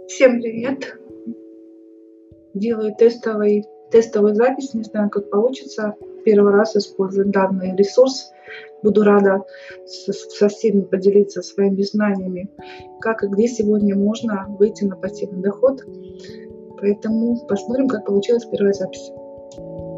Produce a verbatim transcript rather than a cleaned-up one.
Всем привет! Делаю тестовый, тестовую запись, не знаю, как получится. Первый раз использую данный ресурс. Буду рада со, со всеми поделиться своими знаниями, как и где сегодня можно выйти на пассивный доход. Поэтому посмотрим, как получилась первая запись.